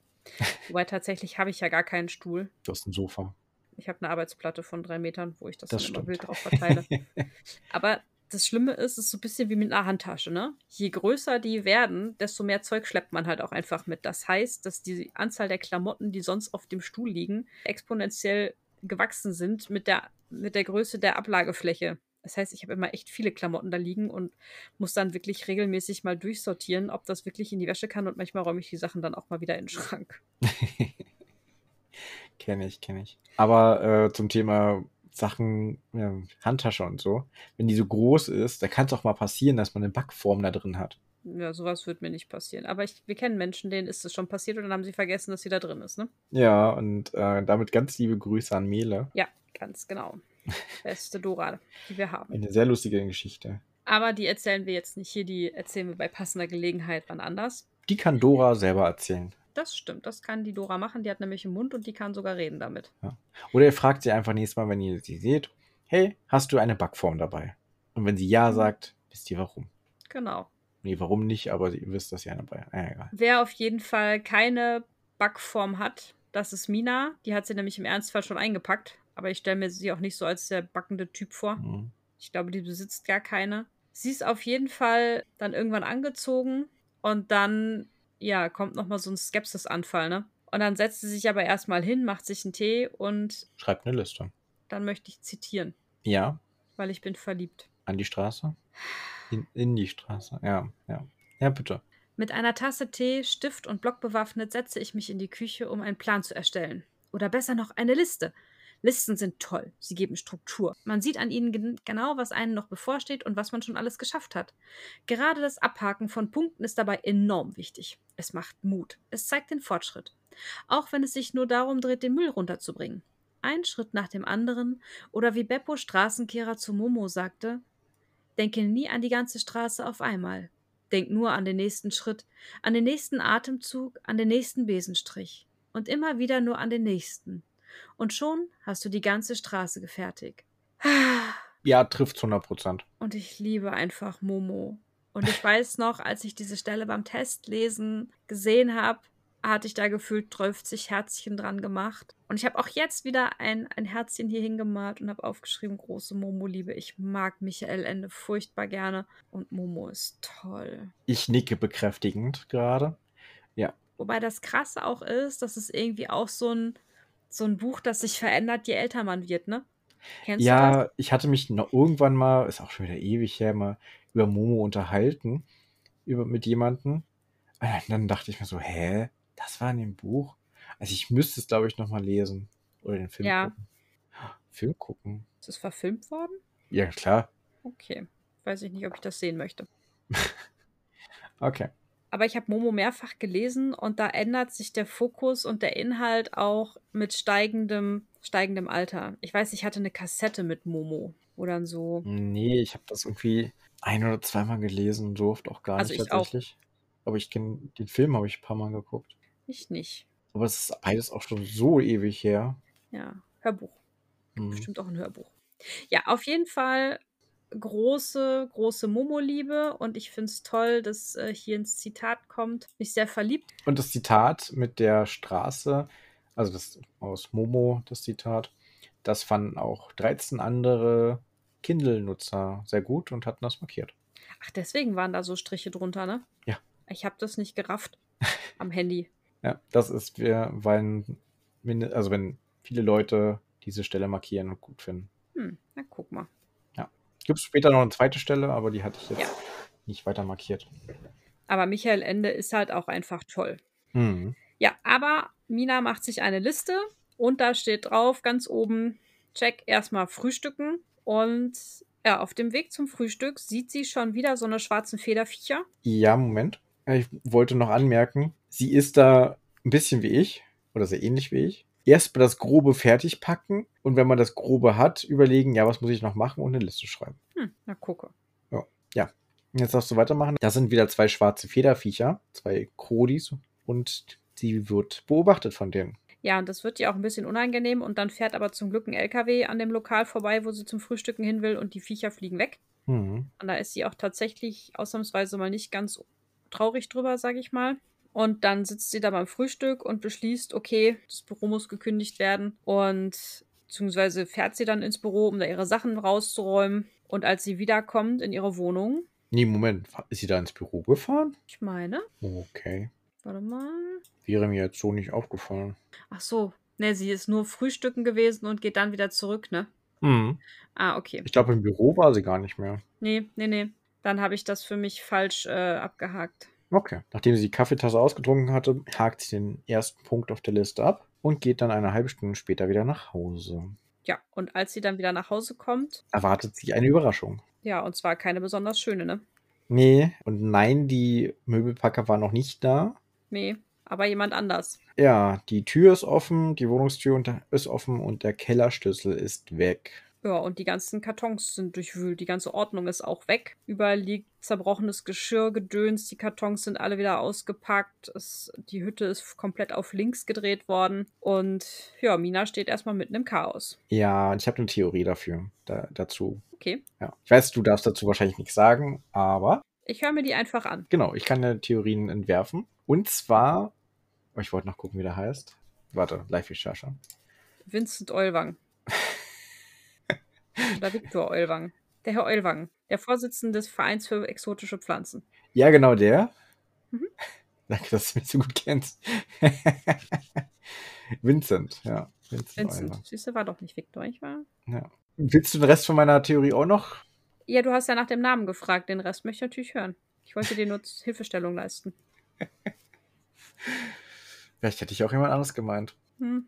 Wobei tatsächlich habe ich ja gar keinen Stuhl. Du hast ein Sofa. Ich habe eine Arbeitsplatte von 3 Metern, wo ich das Das dann immer stimmt. wild drauf verteile. Aber das Schlimme ist, es ist so ein bisschen wie mit einer Handtasche, ne? Je größer die werden, desto mehr Zeug schleppt man halt auch einfach mit. Das heißt, dass die Anzahl der Klamotten, die sonst auf dem Stuhl liegen, exponentiell gewachsen sind mit der Größe der Ablagefläche. Das heißt, ich habe immer echt viele Klamotten da liegen und muss dann wirklich regelmäßig mal durchsortieren, ob das wirklich in die Wäsche kann und manchmal räume ich die Sachen dann auch mal wieder in den Schrank. Kenne ich. Aber zum Thema Sachen, Handtasche und so, wenn die so groß ist, da kann es auch mal passieren, dass man eine Backform da drin hat. Ja, sowas wird mir nicht passieren. Aber wir kennen Menschen, denen ist es schon passiert und dann haben sie vergessen, dass sie da drin ist, ne? Ja, und damit ganz liebe Grüße an Mele. Ja, ganz genau. Beste Dora, die wir haben. Eine sehr lustige Geschichte. Aber die erzählen wir jetzt nicht hier, die erzählen wir bei passender Gelegenheit wann anders. Die kann Dora selber erzählen. Das stimmt, das kann die Dora machen. Die hat nämlich einen Mund und die kann sogar reden damit. Ja. Oder ihr fragt sie einfach nächstes Mal, wenn ihr sie seht, hey, hast du eine Backform dabei? Und wenn sie ja sagt, wisst ihr warum. Genau. Nee, warum nicht? Aber ihr wisst, dass sie eine bei. Egal. Wer auf jeden Fall keine Backform hat, das ist Mina. Die hat sie nämlich im Ernstfall schon eingepackt. Aber ich stelle mir sie auch nicht so als der backende Typ vor. Mhm. Ich glaube, die besitzt gar keine. Sie ist auf jeden Fall dann irgendwann angezogen und dann, ja, kommt nochmal so ein Skepsisanfall, ne? Und dann setzt sie sich aber erstmal hin, macht sich einen Tee und Schreibt eine Liste. dann möchte ich zitieren, Ja, weil ich bin verliebt. an die Straße. In die Straße. Ja, ja. Ja, bitte. Mit einer Tasse Tee, Stift und Block bewaffnet setze ich mich in die Küche, um einen Plan zu erstellen. Oder besser noch, eine Liste. Listen sind toll. Sie geben Struktur. Man sieht an ihnen genau, was einem noch bevorsteht und was man schon alles geschafft hat. Gerade das Abhaken von Punkten ist dabei enorm wichtig. Es macht Mut. Es zeigt den Fortschritt. Auch wenn es sich nur darum dreht, den Müll runterzubringen. Ein Schritt nach dem anderen, oder wie Beppo Straßenkehrer zu Momo sagte, denke nie an die ganze Straße auf einmal. Denk nur an den nächsten Schritt, an den nächsten Atemzug, an den nächsten Besenstrich. Und immer wieder nur an den nächsten. Und schon hast du die ganze Straße gefertigt. Ja, trifft 100%. Und ich liebe einfach Momo. Und ich weiß noch, als ich diese Stelle beim Testlesen gesehen habe, hatte ich da gefühlt 30 Herzchen dran gemacht. Und ich habe auch jetzt wieder ein Herzchen hier hingemalt und habe aufgeschrieben, große Momo-Liebe. Ich mag Michael Ende furchtbar gerne. Und Momo ist toll. Ich nicke bekräftigend gerade. Ja. Wobei das Krasse auch ist, dass es irgendwie auch so ein Buch, das sich verändert, je älter man wird, ne? Kennst du das? Ja, ich hatte mich noch irgendwann mal, ist auch schon wieder ewig her, mal über Momo unterhalten. Mit jemandem. Und dann dachte ich mir so, hä? Das war in dem Buch? Also ich müsste es, glaube ich, nochmal lesen. Oder den Film Ja. gucken. Film gucken? Ist es verfilmt worden? Ja, klar. Okay. Weiß ich nicht, ob ich das sehen möchte. Okay. Aber ich habe Momo mehrfach gelesen und da ändert sich der Fokus und der Inhalt auch mit steigendem Alter. Ich weiß, ich hatte eine Kassette mit Momo, wo dann so. Nee, ich habe das irgendwie ein- oder zweimal gelesen, so oft auch gar Also nicht ich auch. tatsächlich. Aber ich kenne den Film, habe ich ein paar Mal geguckt. Ich nicht. Aber es ist beides auch schon so ewig her. Ja, Hörbuch. Hm. Bestimmt auch ein Hörbuch. Ja, auf jeden Fall große, große Momo-Liebe und ich finde es toll, dass hier ins Zitat kommt. Mich sehr verliebt. Und das Zitat mit der Straße, also das aus Momo, das Zitat, das fanden auch 13 andere Kindle-Nutzer sehr gut und hatten das markiert. Ach, deswegen waren da so Striche drunter, ne? Ja. Ich habe das nicht gerafft am Handy. Ja, das ist, weil, also wenn viele Leute diese Stelle markieren und gut finden. Na guck mal. Ja. Gibt es später noch eine zweite Stelle, aber die hatte ich jetzt Ja. nicht weiter markiert. Aber Michael Ende ist halt auch einfach toll. Mhm. Ja, aber Mina macht sich eine Liste und da steht drauf, ganz oben, check, erstmal frühstücken. Und ja, auf dem Weg zum Frühstück sieht sie schon wieder so eine schwarzen Federviecher. Ja, Moment. Ich wollte noch anmerken, sie ist da ein bisschen wie ich oder sehr ähnlich wie ich. Erst mal das Grobe fertig packen und wenn man das Grobe hat, überlegen, ja, was muss ich noch machen und eine Liste schreiben. Na gucke. Ja. Jetzt darfst du weitermachen. Das sind wieder 2 schwarze Federviecher, 2 Krodis und sie wird beobachtet von denen. Ja, und das wird ihr auch ein bisschen unangenehm und dann fährt aber zum Glück ein LKW an dem Lokal vorbei, wo sie zum Frühstücken hin will und die Viecher fliegen weg. Mhm. Und da ist sie auch tatsächlich ausnahmsweise mal nicht ganz traurig drüber, sage ich mal. Und dann sitzt sie da beim Frühstück und beschließt, okay, das Büro muss gekündigt werden. Und beziehungsweise fährt sie dann ins Büro, um da ihre Sachen rauszuräumen. Und als sie wiederkommt in ihre Wohnung, Nee, Moment. Ist sie da ins Büro gefahren? ich meine, Okay. warte mal. Wäre mir jetzt so nicht aufgefallen. Ach so, ne, sie ist nur frühstücken gewesen und geht dann wieder zurück, ne? Mhm. Ah, okay. Ich glaube, im Büro war sie gar nicht mehr. Nee. Dann habe ich das für mich falsch abgehakt. Okay. Nachdem sie die Kaffeetasse ausgetrunken hatte, hakt sie den ersten Punkt auf der Liste ab und geht dann eine halbe Stunde später wieder nach Hause. Ja, und als sie dann wieder nach Hause kommt, Erwartet sie eine Überraschung. ja, und zwar keine besonders schöne, ne? Nee, und nein, die Möbelpacker war noch nicht da. Nee, aber jemand anders. Ja, die Tür ist offen, die Wohnungstür ist offen und der Kellerschlüssel ist weg. Ja, und die ganzen Kartons sind durchwühlt. Die ganze Ordnung ist auch weg. Überall liegt zerbrochenes Geschirr, Gedöns. Die Kartons sind alle wieder ausgepackt. Die Hütte ist komplett auf links gedreht worden. Und ja, Mina steht erstmal mitten im Chaos. Ja, und ich habe eine Theorie dafür, dazu. Okay. Ja. Ich weiß, du darfst dazu wahrscheinlich nichts sagen, aber Ich höre mir die einfach an. Genau, ich kann ja Theorien entwerfen. Und zwar, ich wollte noch gucken, wie der heißt. Warte, Live-Recherche. Vincent Eulwang. Oder Viktor Eulwang. Der Herr Eulwang, der Vorsitzende des Vereins für exotische Pflanzen. Ja, genau der. Mhm. Danke, dass du mich so gut kennst. Vincent, ja. Vincent. Siehst du, war doch nicht Viktor, ich war. Ja. Willst du den Rest von meiner Theorie auch noch? Ja, du hast ja nach dem Namen gefragt. Den Rest möchte ich natürlich hören. Ich wollte dir nur Hilfestellung leisten. Vielleicht hätte ich auch jemand anderes gemeint. Hm.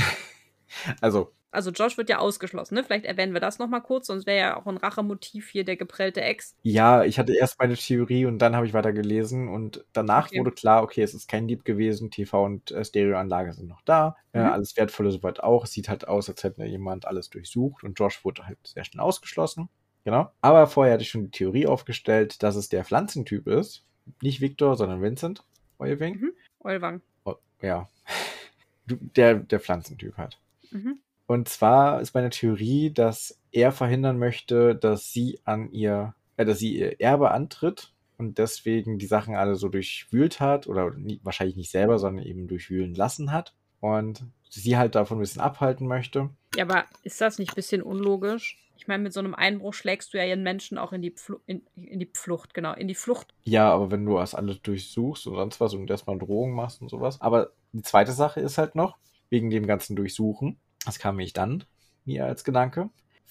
Also Josh wird ja ausgeschlossen, ne? Vielleicht erwähnen wir das nochmal kurz, sonst wäre ja auch ein Rachemotiv hier der geprellte Ex. Ja, ich hatte erst meine Theorie und dann habe ich weiter gelesen und danach wurde klar, okay, es ist kein Dieb gewesen, TV und Stereoanlage sind noch da, alles Wertvolle soweit auch. Es sieht halt aus, als hätte jemand alles durchsucht und Josh wurde halt sehr schnell ausgeschlossen. Genau. Aber vorher hatte ich schon die Theorie aufgestellt, dass es der Pflanzentyp ist. Nicht Victor, sondern Vincent Eulwang. Eulwang. Oh, ja. Der Pflanzentyp halt. Und zwar ist meine Theorie, dass er verhindern möchte, dass sie ihr Erbe antritt und deswegen die Sachen alle so durchwühlt hat oder wahrscheinlich nicht selber, sondern eben durchwühlen lassen hat und sie halt davon ein bisschen abhalten möchte. Ja, aber ist das nicht ein bisschen unlogisch? Ich meine, mit so einem Einbruch schlägst du ja ihren Menschen auch in die Flucht. Ja, aber wenn du das alles durchsuchst und sonst was und erstmal Drohungen machst und sowas. Aber die zweite Sache ist halt noch, wegen dem ganzen Durchsuchen, das kam mir dann mir als Gedanke,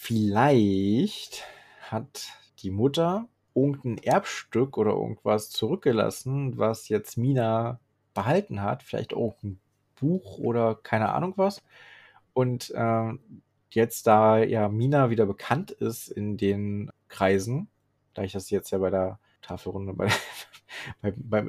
vielleicht hat die Mutter irgendein Erbstück oder irgendwas zurückgelassen, was jetzt Mina behalten hat, vielleicht auch ein Buch oder keine Ahnung was. Und jetzt, da ja Mina wieder bekannt ist in den Kreisen, da ich das jetzt ja bei der Tafelrunde, beim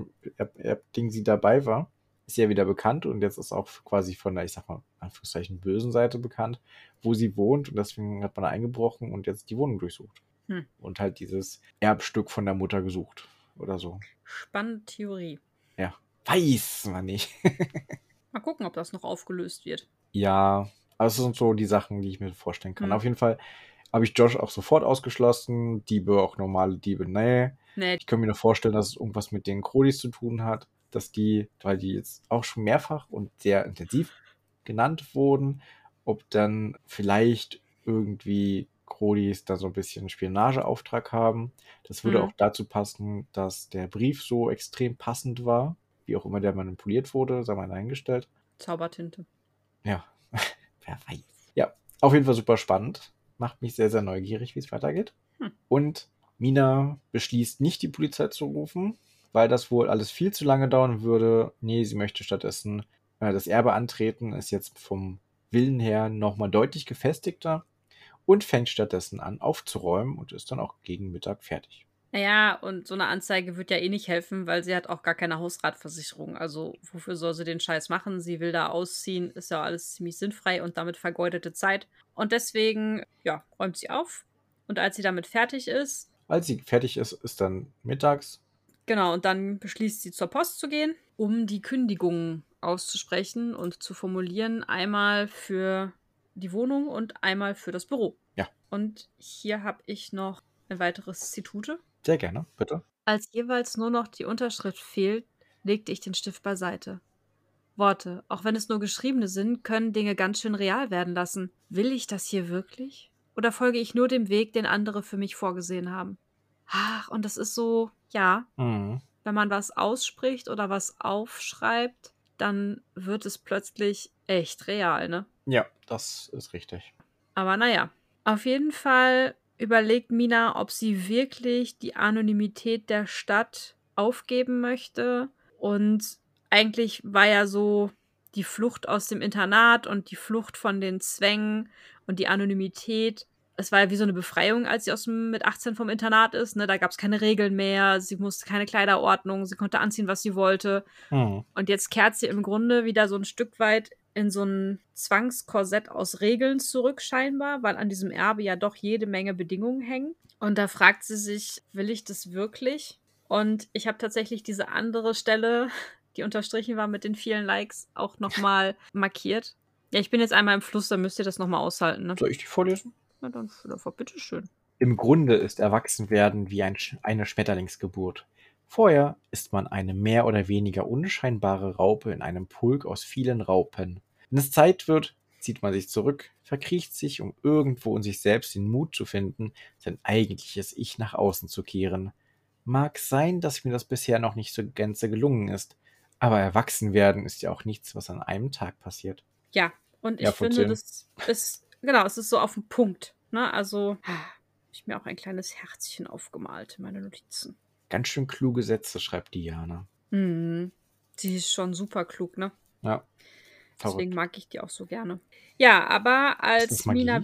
Erbding sie dabei war, ist sie ja wieder bekannt und jetzt ist auch quasi von der, ich sag mal, Anführungszeichen bösen Seite bekannt, wo sie wohnt und deswegen hat man eingebrochen und jetzt die Wohnung durchsucht. Und halt dieses Erbstück von der Mutter gesucht oder so. Spannende Theorie. Ja, weiß man nicht. Mal gucken, ob das noch aufgelöst wird. Ja, aber es sind so die Sachen, die ich mir vorstellen kann. Auf jeden Fall habe ich Josh auch sofort ausgeschlossen. Diebe, auch normale Diebe, nee. Ich kann mir nur vorstellen, dass es irgendwas mit den Krodis zu tun hat, weil die jetzt auch schon mehrfach und sehr intensiv genannt wurden, ob dann vielleicht irgendwie Krodis da so ein bisschen einen Spionageauftrag haben. Das würde auch dazu passen, dass der Brief so extrem passend war, wie auch immer der manipuliert wurde, sei mal dahingestellt. Zaubertinte. Ja, wer weiß. Ja, auf jeden Fall super spannend. Macht mich sehr, sehr neugierig, wie es weitergeht. Und Mina beschließt nicht, die Polizei zu rufen, weil das wohl alles viel zu lange dauern würde. Nee, sie möchte stattdessen das Erbe antreten, ist jetzt vom Willen her nochmal deutlich gefestigter und fängt stattdessen an aufzuräumen und ist dann auch gegen Mittag fertig. Naja, und so eine Anzeige wird ja eh nicht helfen, weil sie hat auch gar keine Hausratversicherung. Also wofür soll sie den Scheiß machen? Sie will da ausziehen, ist ja alles ziemlich sinnfrei und damit vergeudete Zeit. Und deswegen, ja, räumt sie auf. Und als sie damit fertig ist... Als sie fertig ist, ist dann mittags. Genau, und dann beschließt sie zur Post zu gehen, um die Kündigung auszusprechen und zu formulieren. Einmal für die Wohnung und einmal für das Büro. Ja. Und hier habe ich noch ein weiteres Zitat. Sehr gerne, bitte. Als jeweils nur noch die Unterschrift fehlt, legte ich den Stift beiseite. Worte, auch wenn es nur geschriebene sind, können Dinge ganz schön real werden lassen. Will ich das hier wirklich? Oder folge ich nur dem Weg, den andere für mich vorgesehen haben? Ach, und das ist so, ja, wenn man was ausspricht oder was aufschreibt, dann wird es plötzlich echt real, ne? Ja, das ist richtig. Aber naja, auf jeden Fall überlegt Mina, ob sie wirklich die Anonymität der Stadt aufgeben möchte. Und eigentlich war ja so die Flucht aus dem Internat und die Flucht von den Zwängen und die Anonymität. Es war ja wie so eine Befreiung, als sie mit 18 vom Internat ist. Ne? Da gab es keine Regeln mehr, sie musste keine Kleiderordnung, sie konnte anziehen, was sie wollte. Und jetzt kehrt sie im Grunde wieder so ein Stück weit in so ein Zwangskorsett aus Regeln zurück, scheinbar, weil an diesem Erbe ja doch jede Menge Bedingungen hängen. Und da fragt sie sich, will ich das wirklich? Und ich habe tatsächlich diese andere Stelle, die unterstrichen war mit den vielen Likes, auch nochmal markiert. Ja, ich bin jetzt einmal im Fluss, dann müsst ihr das nochmal aushalten. Ne? Soll ich die vorlesen? Na dann, bitteschön. Im Grunde ist Erwachsenwerden wie eine Schmetterlingsgeburt. Vorher ist man eine mehr oder weniger unscheinbare Raupe in einem Pulk aus vielen Raupen. Wenn es Zeit wird, zieht man sich zurück, verkriecht sich, um irgendwo in sich selbst den Mut zu finden, sein eigentliches Ich nach außen zu kehren. Mag sein, dass mir das bisher noch nicht so ganz gelungen ist, aber Erwachsenwerden ist ja auch nichts, was an einem Tag passiert. Ja, und Ja, ich von finde, 10. das ist, genau, es ist so auf den Punkt. Ne? Also, habe ich mir auch ein kleines Herzchen aufgemalt in meine Notizen. Ganz schön kluge Sätze, schreibt Diana. Mhm. Sie ist schon super klug, ne? Ja, Deswegen verrückt. mag ich die auch so gerne. Ja, aber Ist das als Mina Magie?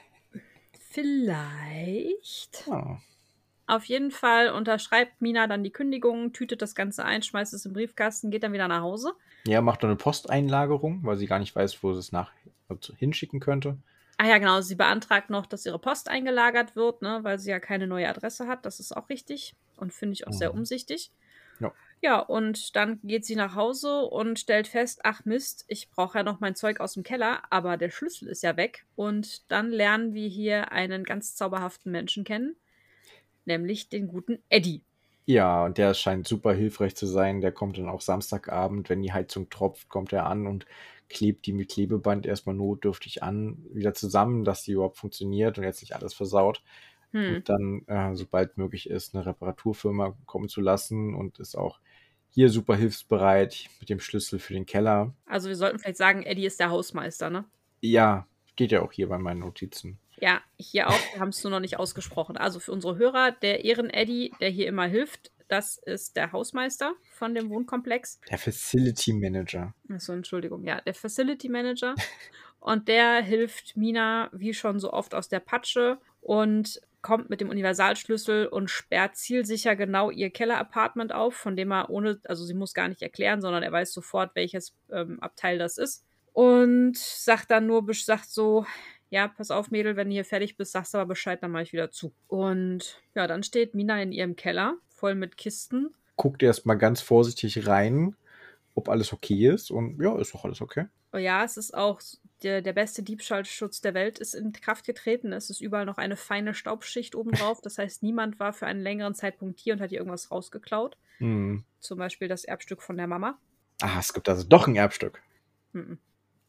vielleicht. Ah. Auf jeden Fall unterschreibt Mina dann die Kündigung, tütet das Ganze ein, schmeißt es im Briefkasten, geht dann wieder nach Hause. Ja, macht doch eine Posteinlagerung, weil sie gar nicht weiß, wo sie es hinschicken könnte. Ah ja, genau, sie beantragt noch, dass ihre Post eingelagert wird, ne, weil sie ja keine neue Adresse hat. Das ist auch richtig und finde ich auch sehr Mhm. umsichtig. Ja. Ja, und dann geht sie nach Hause und stellt fest, ach Mist, ich brauche ja noch mein Zeug aus dem Keller, aber der Schlüssel ist ja weg. Und dann lernen wir hier einen ganz zauberhaften Menschen kennen, nämlich den guten Eddie. Ja, und der scheint super hilfreich zu sein. Der kommt dann auch Samstagabend, wenn die Heizung tropft, kommt er an und klebt die mit Klebeband erstmal notdürftig an, wieder zusammen, dass die überhaupt funktioniert und jetzt nicht alles versaut. Und dann, sobald möglich ist, eine Reparaturfirma kommen zu lassen und ist auch hier super hilfsbereit mit dem Schlüssel für den Keller. Also wir sollten vielleicht sagen, Eddie ist der Hausmeister, ne? Ja, geht ja auch hier bei meinen Notizen. Ja, hier auch. Wir haben es nur noch nicht ausgesprochen. Also für unsere Hörer, der Ehren-Eddie, der hier immer hilft, das ist der Hausmeister von dem Wohnkomplex. Der Facility Manager. Achso, Entschuldigung. Ja, der Facility Manager. Und der hilft Mina, wie schon so oft, aus der Patsche und kommt mit dem Universalschlüssel und sperrt zielsicher genau ihr Keller-Apartment auf, von dem er also sie muss gar nicht erklären, sondern er weiß sofort, welches Abteil das ist. Und sagt so, ja, pass auf, Mädel, wenn du hier fertig bist, sagst du aber Bescheid, dann mache ich wieder zu. Und ja, dann steht Mina in ihrem Keller, voll mit Kisten. Guckt erstmal ganz vorsichtig rein, ob alles okay ist. Und ja, ist doch alles okay. Oh ja, es ist auch der beste Diebstahlschutz der Welt ist in Kraft getreten. Es ist überall noch eine feine Staubschicht obendrauf. Das heißt, niemand war für einen längeren Zeitpunkt hier und hat hier irgendwas rausgeklaut. Hm. Zum Beispiel das Erbstück von der Mama. Ah, es gibt also doch ein Erbstück. Mhm.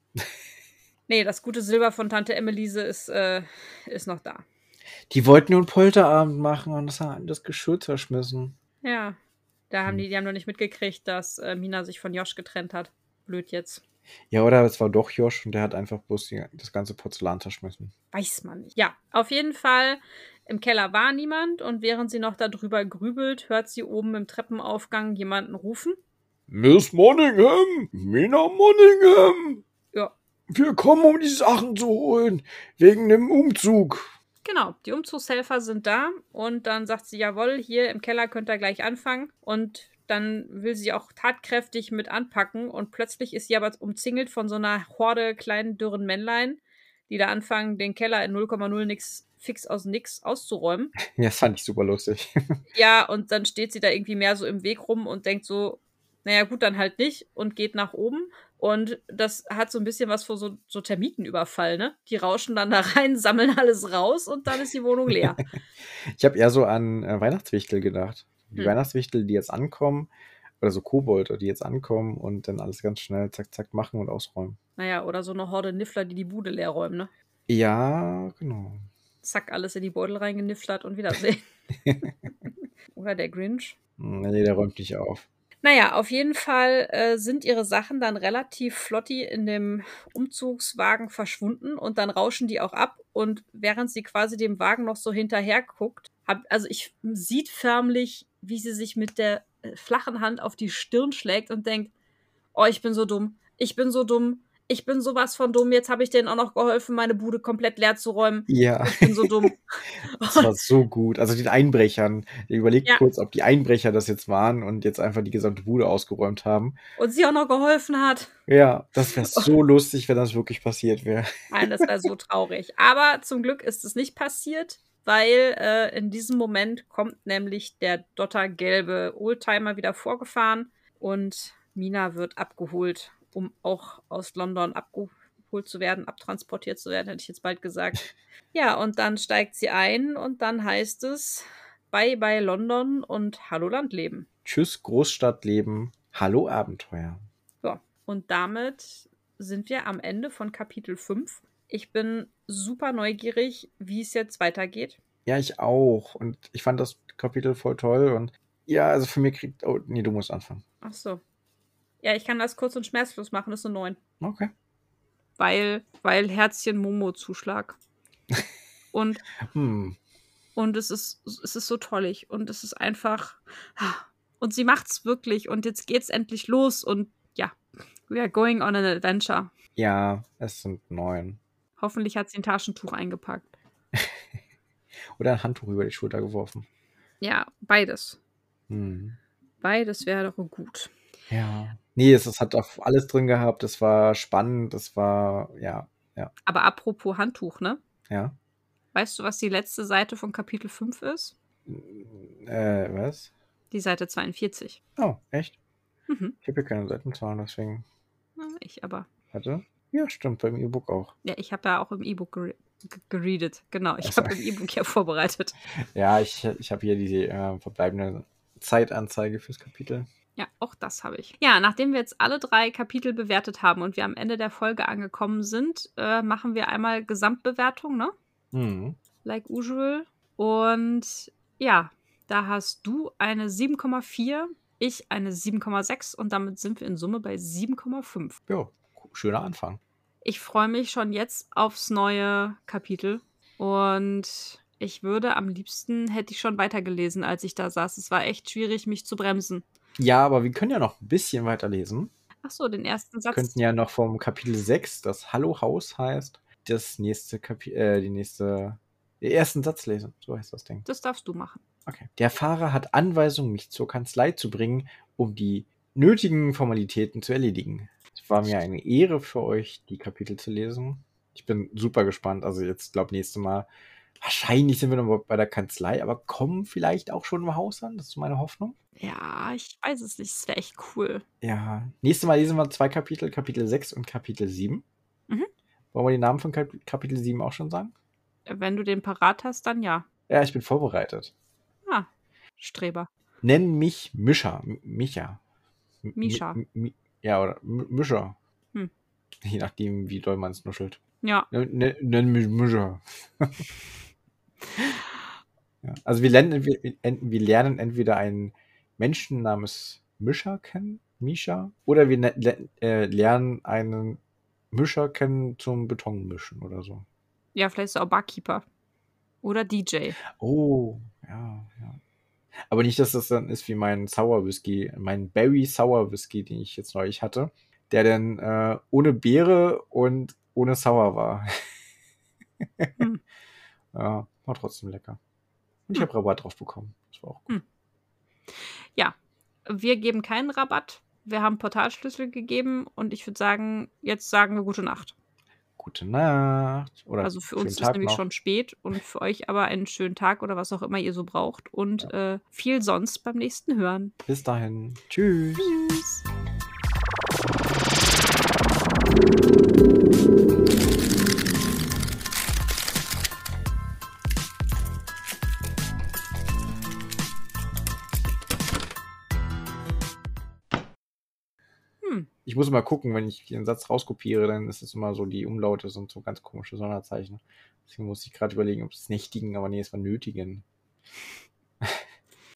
Nee, das gute Silber von Tante Emmelise ist noch da. Die wollten nur einen Polterabend machen und das haben das Geschirr zerschmissen. Ja, die haben noch nicht mitgekriegt, dass Mina sich von Josh getrennt hat. Blöd jetzt. Ja, oder es war doch Josh und der hat einfach bloß das ganze Porzellan zerschmissen. Weiß man nicht. Ja, auf jeden Fall, im Keller war niemand und während sie noch darüber grübelt, hört sie oben im Treppenaufgang jemanden rufen. Miss Monningham! Mina Monningham! Ja. Wir kommen, um die Sachen zu holen. Wegen dem Umzug. Genau, die Umzugshelfer sind da und dann sagt sie, jawohl, hier im Keller könnt ihr gleich anfangen und dann will sie auch tatkräftig mit anpacken und plötzlich ist sie aber umzingelt von so einer Horde kleinen, dürren Männlein, die da anfangen, den Keller in 0,0 nix fix aus nix auszuräumen. Ja, das fand ich super lustig. Ja, und dann steht sie da irgendwie mehr so im Weg rum und denkt so, naja, gut, dann halt nicht und geht nach oben. Und das hat so ein bisschen was von so Termitenüberfall, ne? Die rauschen dann da rein, sammeln alles raus und dann ist die Wohnung leer. Ich habe eher so an Weihnachtswichtel gedacht. Die Hm. Weihnachtswichtel, die jetzt ankommen, oder so Kobolde, die jetzt ankommen und dann alles ganz schnell zack, zack machen und ausräumen. Naja, oder so eine Horde Niffler, die die Bude leer räumen, ne? Ja, genau. Zack, alles in die Beutel reingenifflert und Wiedersehen. Oder der Grinch. Nee, der räumt nicht auf. Naja, auf jeden Fall sind ihre Sachen dann relativ flotti in dem Umzugswagen verschwunden und dann rauschen die auch ab. Und während sie quasi dem Wagen noch so hinterher guckt, ich sieht förmlich, wie sie sich mit der flachen Hand auf die Stirn schlägt und denkt, oh, ich bin so dumm, ich bin so dumm, ich bin sowas von dumm, jetzt habe ich denen auch noch geholfen, meine Bude komplett leer zu räumen. Ja. Ich bin so dumm. Das war so gut. Also den Einbrechern. Ihr überlegt Ja. kurz, ob die Einbrecher das jetzt waren und jetzt einfach die gesamte Bude ausgeräumt haben. Und sie auch noch geholfen hat. Ja, das wäre so lustig, wenn das wirklich passiert wäre. Nein, das wäre so traurig. Aber zum Glück ist es nicht passiert, weil in diesem Moment kommt nämlich der dottergelbe Oldtimer wieder vorgefahren und Mina wird abgeholt, um auch aus London abgeholt zu werden, abtransportiert zu werden, hätte ich jetzt bald gesagt. Ja, und dann steigt sie ein und dann heißt es Bye bye London und Hallo Landleben. Tschüss Großstadtleben, hallo Abenteuer. So, und damit sind wir am Ende von Kapitel 5. Ich bin super neugierig, wie es jetzt weitergeht. Ja, ich auch. Und ich fand das Kapitel voll toll. Und ja, also für mich kriegt... Oh, nee, du musst anfangen. Ach so. Ja, ich kann das kurz und schmerzlos machen, das ist eine 9. Okay. Weil Herzchen Momo Zuschlag. Und es ist so tollig. Und es ist einfach. Und sie macht's wirklich. Und jetzt geht's endlich los. Und ja, we are going on an adventure. Ja, es sind 9. Hoffentlich hat sie ein Taschentuch eingepackt. Oder ein Handtuch über die Schulter geworfen. Ja, beides. Beides wäre doch gut. Ja. Nee, es hat auch alles drin gehabt. Es war spannend. Es war, ja. Aber apropos Handtuch, ne? Ja. Weißt du, was die letzte Seite von Kapitel 5 ist? Was? Die Seite 42. Oh, echt? Mhm. Ich habe hier keine Seitenzahlen, deswegen. Ich aber. Warte. Ja, stimmt, beim E-Book auch. Ja, ich habe ja auch im E-Book geredet. Genau, ich habe im E-Book ja vorbereitet. Ja, ich habe hier die verbleibende Zeitanzeige fürs Kapitel. Ja, auch das habe ich. Ja, nachdem wir jetzt alle 3 Kapitel bewertet haben und wir am Ende der Folge angekommen sind, machen wir einmal Gesamtbewertung, ne? Like usual. Und ja, da hast du eine 7,4, ich eine 7,6 und damit sind wir in Summe bei 7,5. Ja, schöner Anfang. Ich freue mich schon jetzt aufs neue Kapitel und ich würde am liebsten, hätte ich schon weitergelesen, als ich da saß. Es war echt schwierig, mich zu bremsen. Ja, aber wir können ja noch ein bisschen weiterlesen. Ach so, den ersten Satz. Wir könnten ja noch vom Kapitel 6, das Hallo Haus heißt, das nächste den ersten Satz lesen. So heißt das Ding. Das darfst du machen. Okay. Der Fahrer hat Anweisung, mich zur Kanzlei zu bringen, um die nötigen Formalitäten zu erledigen. Es war mir eine Ehre für euch, die Kapitel zu lesen. Ich bin super gespannt. Also jetzt, glaube ich, nächstes Mal. Wahrscheinlich sind wir noch bei der Kanzlei, aber kommen vielleicht auch schon im Haus an. Das ist so meine Hoffnung. Ja, ich weiß es nicht. Das wäre echt cool. Ja. Nächstes Mal lesen wir 2 Kapitel, Kapitel 6 und Kapitel 7. Wollen wir die Namen von Kapitel 7 auch schon sagen? Wenn du den parat hast, dann ja. Ja, ich bin vorbereitet. Ah, Streber. Nenn mich Mischa. Micha. Mischa. Ja, oder Mischa. Je nachdem, wie doll man es nuschelt. Ja. Nenn mich Mischa. Ja, also wir lernen entweder einen Menschen namens Mischa kennen, Mischa, oder wir lernen einen Mischer kennen zum Betonmischen oder so. Ja, vielleicht ist er auch Barkeeper. Oder DJ. Oh, ja. Aber nicht, dass das dann ist wie mein Sour Whisky, mein Berry Sour Whisky, den ich jetzt neulich hatte, der dann ohne Beere und ohne Sour war. Ja, war trotzdem lecker. Und ich habe Rabatt drauf bekommen. Das war auch gut. Ja, wir geben keinen Rabatt. Wir haben Portalschlüssel gegeben und ich würde sagen, jetzt sagen wir gute Nacht. Gute Nacht. Oder also für uns ist es nämlich schon spät und für euch aber einen schönen Tag oder was auch immer ihr so braucht und viel sonst beim nächsten Hören. Bis dahin. Tschüss. Tschüss. Ich muss mal gucken, wenn ich den Satz rauskopiere, dann ist es immer so, die Umlaute sind so ganz komische Sonderzeichen. Deswegen muss ich gerade überlegen, ob es nächtigen, aber nee, es war nötigen.